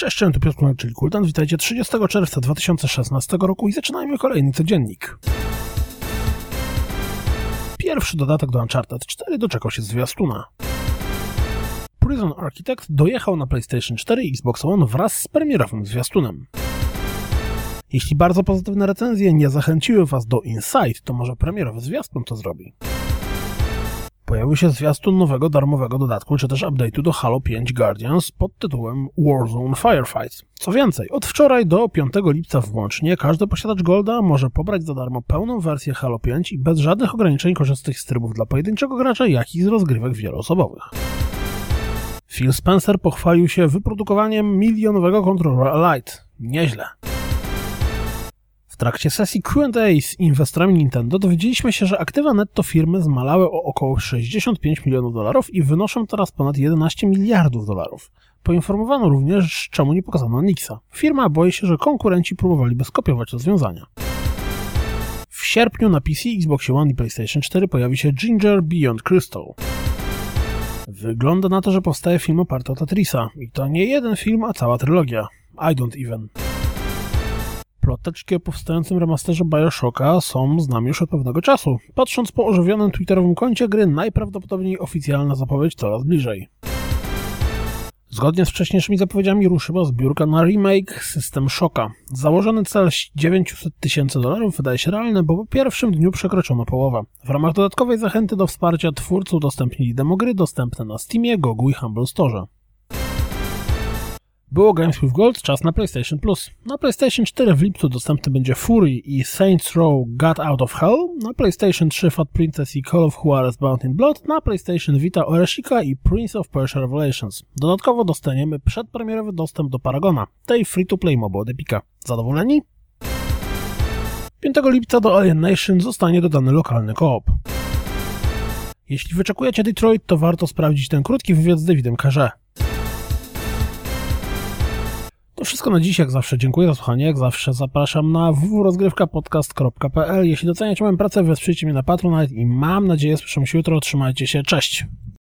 Cześć, tu Piotr Kuldan, czyli Kuldan. Witajcie 30 czerwca 2016 roku i zaczynajmy kolejny codziennik. Pierwszy dodatek do Uncharted 4 doczekał się zwiastuna. Prison Architect dojechał na PlayStation 4 i Xbox One wraz z premierowym zwiastunem. Jeśli bardzo pozytywne recenzje nie zachęciły Was do Inside, to może premierowy zwiastun to zrobi. Pojawił się zwiastun nowego darmowego dodatku, czy też update'u do Halo 5 Guardians pod tytułem Warzone Firefights. Co więcej, od wczoraj do 5 lipca włącznie każdy posiadacz Golda może pobrać za darmo pełną wersję Halo 5 i bez żadnych ograniczeń korzystać z trybów dla pojedynczego gracza, jak i z rozgrywek wieloosobowych. Phil Spencer pochwalił się wyprodukowaniem milionowego kontrolera Lite. Nieźle. W trakcie sesji Q&A z inwestorami Nintendo dowiedzieliśmy się, że aktywa netto firmy zmalały o około 65 milionów dolarów i wynoszą teraz ponad 11 miliardów dolarów. Poinformowano również, czemu nie pokazano Nixa. Firma boi się, że konkurenci próbowaliby skopiować rozwiązania. W sierpniu na PC, Xbox One i PlayStation 4 pojawi się Ginger Beyond Crystal. Wygląda na to, że powstaje film oparty o Tetrisa. I to nie jeden film, a cała trylogia. I don't even. Ploteczki o powstającym remasterze BioShocka są z nami już od pewnego czasu. Patrząc po ożywionym twitterowym koncie gry, najprawdopodobniej oficjalna zapowiedź coraz bliżej. Zgodnie z wcześniejszymi zapowiedziami ruszyła zbiórka na remake System Shocka. Założony cel $900 000 wydaje się realny, bo po pierwszym dniu przekroczono połowę. W ramach dodatkowej zachęty do wsparcia twórcy udostępnili demo gry dostępne na Steamie, Gogu i Humble Store. Było Games with Gold, czas na PlayStation Plus. Na PlayStation 4 w lipcu dostępny będzie Fury i Saints Row Got Out of Hell, na PlayStation 3 Fat Princess i Call of Juarez Bound in Blood, na PlayStation Vita Oreshika i Prince of Persia Revelations. Dodatkowo dostaniemy przedpremierowy dostęp do Paragona, tej free-to-play moby od Epica. Zadowoleni? 5 lipca do Alien Nation zostanie dodany lokalny koop. Jeśli wyczekujecie Detroit, to warto sprawdzić ten krótki wywiad z Davidem Cage. To wszystko na dziś, jak zawsze dziękuję za słuchanie, jak zawsze zapraszam na www.rozgrywkapodcast.pl. Jeśli doceniacie moją pracę, wesprzyjcie mnie na Patronite i mam nadzieję, słyszymy się jutro, trzymajcie się, cześć!